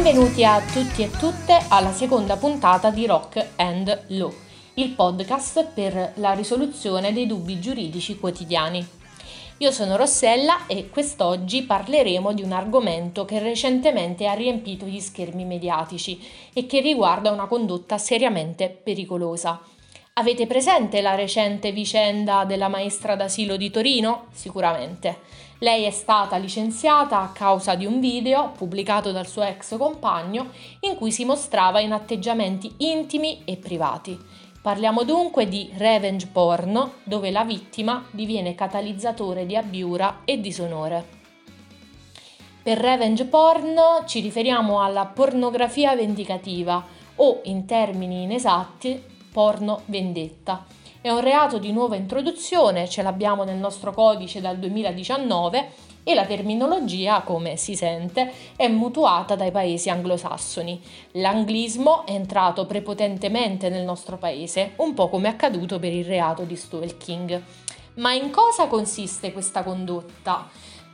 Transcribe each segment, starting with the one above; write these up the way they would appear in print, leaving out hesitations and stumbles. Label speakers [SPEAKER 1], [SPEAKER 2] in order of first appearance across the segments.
[SPEAKER 1] Benvenuti a tutti e tutte alla seconda puntata di Rock and Law, il podcast per la risoluzione dei dubbi giuridici quotidiani. Io sono Rossella e quest'oggi parleremo di un argomento che recentemente ha riempito gli schermi mediatici e che riguarda una condotta seriamente pericolosa. Avete presente la recente vicenda della maestra d'asilo di Torino? Sicuramente. Lei è stata licenziata a causa di un video pubblicato dal suo ex compagno in cui si mostrava in atteggiamenti intimi e privati. Parliamo dunque di revenge porn, dove la vittima diviene catalizzatore di abbiura e disonore. Per revenge porn ci riferiamo alla pornografia vendicativa o, in termini inesatti, porno vendetta. È un reato di nuova introduzione, ce l'abbiamo nel nostro codice dal 2019 e la terminologia, come si sente, è mutuata dai paesi anglosassoni. L'anglismo è entrato prepotentemente nel nostro paese, un po' come è accaduto per il reato di stalking. Ma in cosa consiste questa condotta?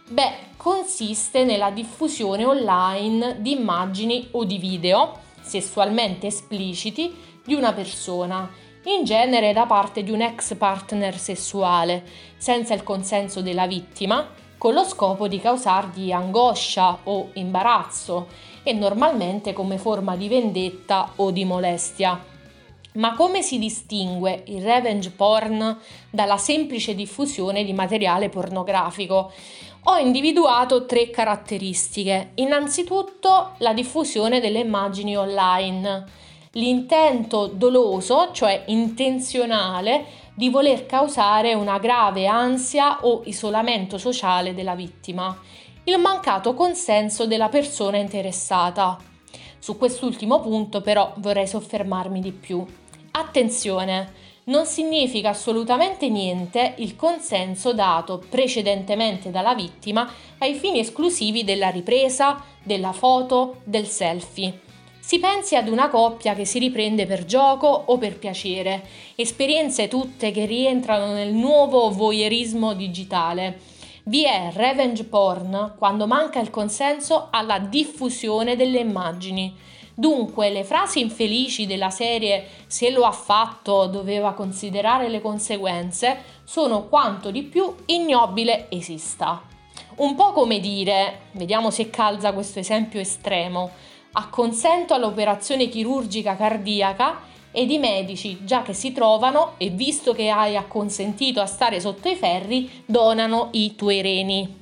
[SPEAKER 1] Consiste nella diffusione online di immagini o di video sessualmente espliciti di una persona, in genere da parte di un ex partner sessuale, senza il consenso della vittima, con lo scopo di causargli angoscia o imbarazzo e normalmente come forma di vendetta o di molestia. Ma come si distingue il revenge porn dalla semplice diffusione di materiale pornografico? Ho individuato 3 caratteristiche. Innanzitutto la diffusione delle immagini online. L'intento doloso, cioè intenzionale, di voler causare una grave ansia o isolamento sociale della vittima. Il mancato consenso della persona interessata. Su quest'ultimo punto però vorrei soffermarmi di più. Attenzione, non significa assolutamente niente il consenso dato precedentemente dalla vittima ai fini esclusivi della ripresa, della foto, del selfie. Si pensi ad una coppia che si riprende per gioco o per piacere, esperienze tutte che rientrano nel nuovo voyeurismo digitale. Vi è revenge porn quando manca il consenso alla diffusione delle immagini. Dunque, le frasi infelici della serie "se lo ha fatto doveva considerare le conseguenze" sono quanto di più ignobile esista. Un po' come dire, vediamo se calza questo esempio estremo, acconsento all'operazione chirurgica cardiaca ed i medici, già che si trovano e visto che hai acconsentito a stare sotto i ferri, donano i tuoi reni.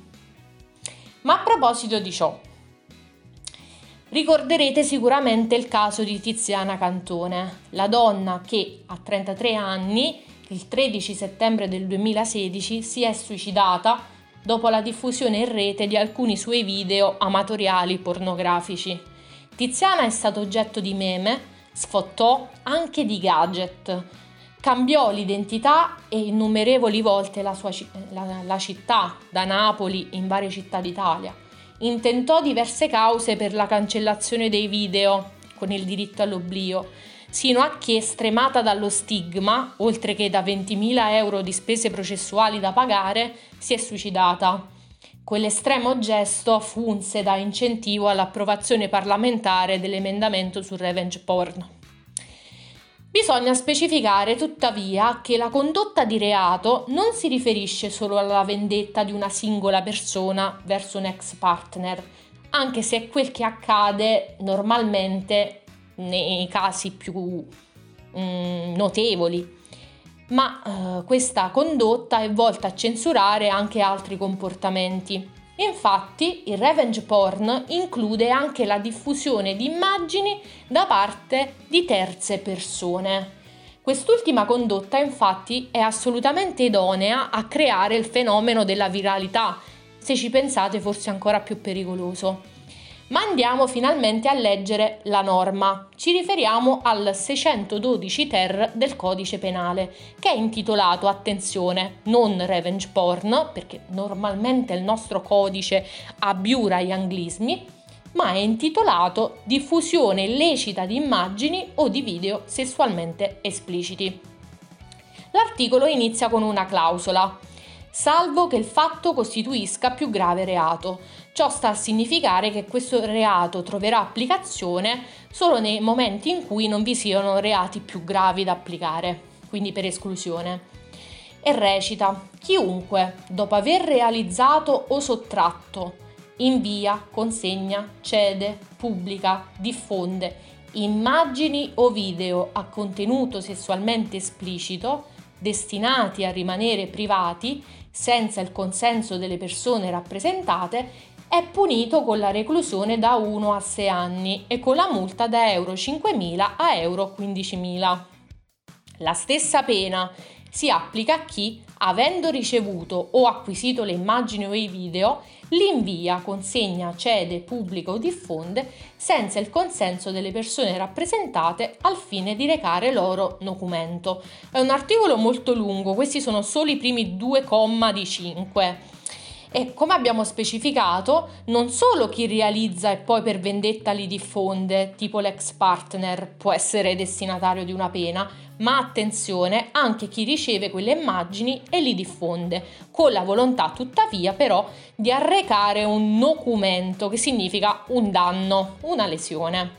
[SPEAKER 1] Ma a proposito di ciò, ricorderete sicuramente il caso di Tiziana Cantone, la donna che a 33 anni, il 13 settembre del 2016, si è suicidata dopo la diffusione in rete di alcuni suoi video amatoriali pornografici. Tiziana è stato oggetto di meme, sfottò, anche di gadget, cambiò l'identità e innumerevoli volte la città, da Napoli in varie città d'Italia. Intentò diverse cause per la cancellazione dei video, con il diritto all'oblio, sino a che, stremata dallo stigma, oltre che da 20.000 euro di spese processuali da pagare, si è suicidata. Quell'estremo gesto funse da incentivo all'approvazione parlamentare dell'emendamento sul revenge porn. Bisogna specificare tuttavia che la condotta di reato non si riferisce solo alla vendetta di una singola persona verso un ex partner, anche se è quel che accade normalmente nei casi più notevoli. Ma questa condotta è volta a censurare anche altri comportamenti. Infatti, il revenge porn include anche la diffusione di immagini da parte di terze persone. Quest'ultima condotta, infatti, è assolutamente idonea a creare il fenomeno della viralità, se ci pensate forse ancora più pericoloso. Ma andiamo finalmente a leggere la norma. Ci riferiamo al 612 ter del codice penale, che è intitolato, attenzione, non revenge porn, perché normalmente il nostro codice abiura gli anglismi, ma è intitolato diffusione illecita di immagini o di video sessualmente espliciti. L'articolo inizia con una clausola. salvo che il fatto costituisca più grave reato. Ciò sta a significare che questo reato troverà applicazione solo nei momenti in cui non vi siano reati più gravi da applicare, quindi per esclusione. E recita: chiunque, dopo aver realizzato o sottratto, invia, consegna, cede, pubblica, diffonde immagini o video a contenuto sessualmente esplicito destinati a rimanere privati senza il consenso delle persone rappresentate è punito con la reclusione da 1 a 6 anni e con la multa da euro 5.000 a euro 15.000. La stessa pena si applica a chi, avendo ricevuto o acquisito le immagini o i video, li invia, consegna, cede, pubblica o diffonde senza il consenso delle persone rappresentate al fine di recare loro documento. È un articolo molto lungo, questi sono solo i primi 2 comma di 5. E come abbiamo specificato, non solo chi realizza e poi per vendetta li diffonde, tipo l'ex partner, può essere destinatario di una pena, ma attenzione, anche chi riceve quelle immagini e li diffonde, con la volontà tuttavia però di arrecare un nocumento, che significa un danno, una lesione.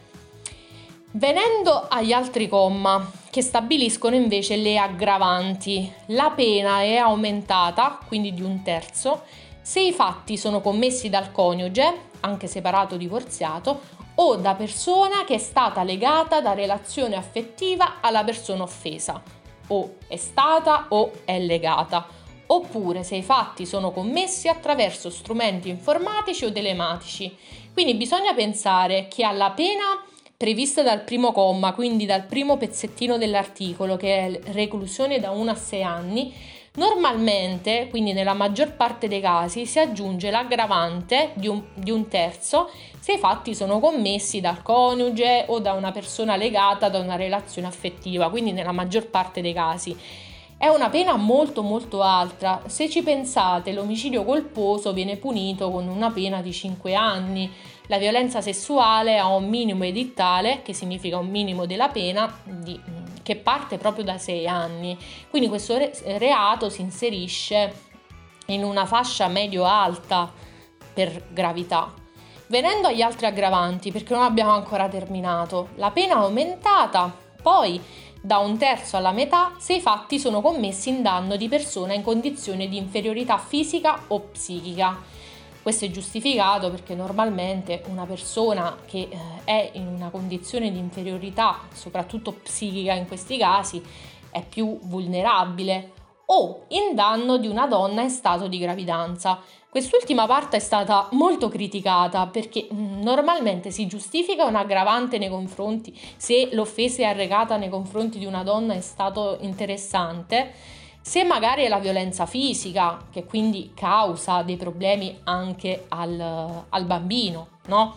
[SPEAKER 1] Venendo agli altri comma, che stabiliscono invece le aggravanti, la pena è aumentata, quindi di 1/3, se i fatti sono commessi dal coniuge, anche separato o divorziato, o da persona che è stata legata da relazione affettiva alla persona offesa, o è stata o è legata, oppure se i fatti sono commessi attraverso strumenti informatici o telematici. Quindi bisogna pensare che alla pena prevista dal primo comma, quindi dal primo pezzettino dell'articolo, che è reclusione da 1 a 6 anni, normalmente, quindi nella maggior parte dei casi, si aggiunge l'aggravante di 1/3 se i fatti sono commessi dal coniuge o da una persona legata da una relazione affettiva, quindi nella maggior parte dei casi. È una pena molto molto alta. Se ci pensate, l'omicidio colposo viene punito con una pena di 5 anni, la violenza sessuale ha un minimo edittale, che significa un minimo della pena, che parte proprio da 6 anni. Quindi questo reato si inserisce in una fascia medio-alta per gravità. Venendo agli altri aggravanti, perché non abbiamo ancora terminato, la pena è aumentata poi da 1/3 alla metà se i fatti sono commessi in danno di persona in condizione di inferiorità fisica o psichica. Questo è giustificato perché normalmente una persona che è in una condizione di inferiorità, soprattutto psichica in questi casi, è più vulnerabile, o in danno di una donna in stato di gravidanza. Quest'ultima parte è stata molto criticata perché normalmente si giustifica un aggravante nei confronti, se l'offesa è arrecata nei confronti di una donna in stato interessante, se magari è la violenza fisica, che quindi causa dei problemi anche al bambino, no?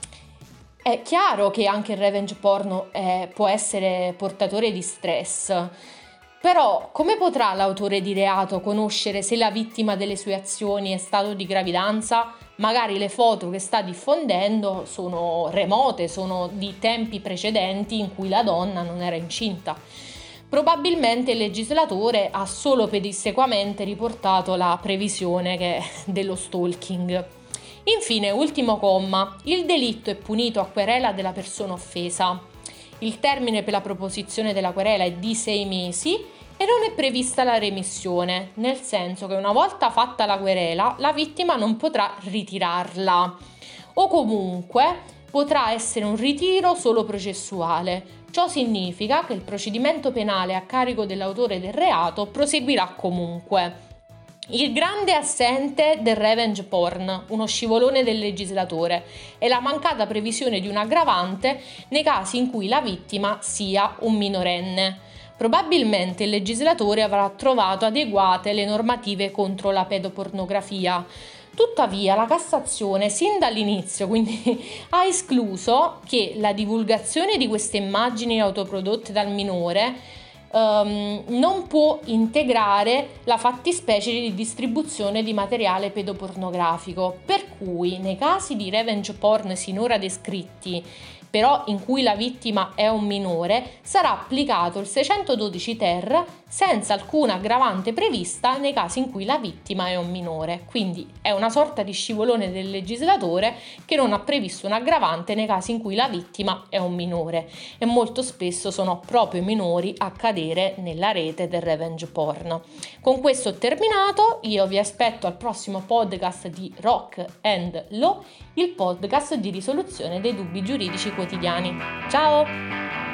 [SPEAKER 1] È chiaro che anche il revenge porno può essere portatore di stress, però come potrà l'autore di reato conoscere se la vittima delle sue azioni è stato di gravidanza? Magari le foto che sta diffondendo sono remote, sono di tempi precedenti in cui la donna non era incinta. Probabilmente il legislatore ha solo pedissequamente riportato la previsione dello stalking. Infine, ultimo comma, il delitto è punito a querela della persona offesa. Il termine per la proposizione della querela è di 6 mesi e non è prevista la remissione, nel senso che una volta fatta la querela la vittima non potrà ritirarla o comunque potrà essere un ritiro solo processuale. Ciò significa che il procedimento penale a carico dell'autore del reato proseguirà comunque. Il grande assente del revenge porn, uno scivolone del legislatore, è la mancata previsione di un aggravante nei casi in cui la vittima sia un minorenne. Probabilmente il legislatore avrà trovato adeguate le normative contro la pedopornografia. Tuttavia la Cassazione sin dall'inizio quindi ha escluso che la divulgazione di queste immagini autoprodotte dal minore non può integrare la fattispecie di distribuzione di materiale pedopornografico, per cui nei casi di revenge porn sinora descritti però in cui la vittima è un minore, sarà applicato il 612 ter senza alcuna aggravante prevista nei casi in cui la vittima è un minore. Quindi è una sorta di scivolone del legislatore che non ha previsto un aggravante nei casi in cui la vittima è un minore, e molto spesso sono proprio i minori a cadere nella rete del revenge porn. Con questo ho terminato, io vi aspetto al prossimo podcast di Rock and Law, il podcast di risoluzione dei dubbi giuridici quotidiani. Ciao!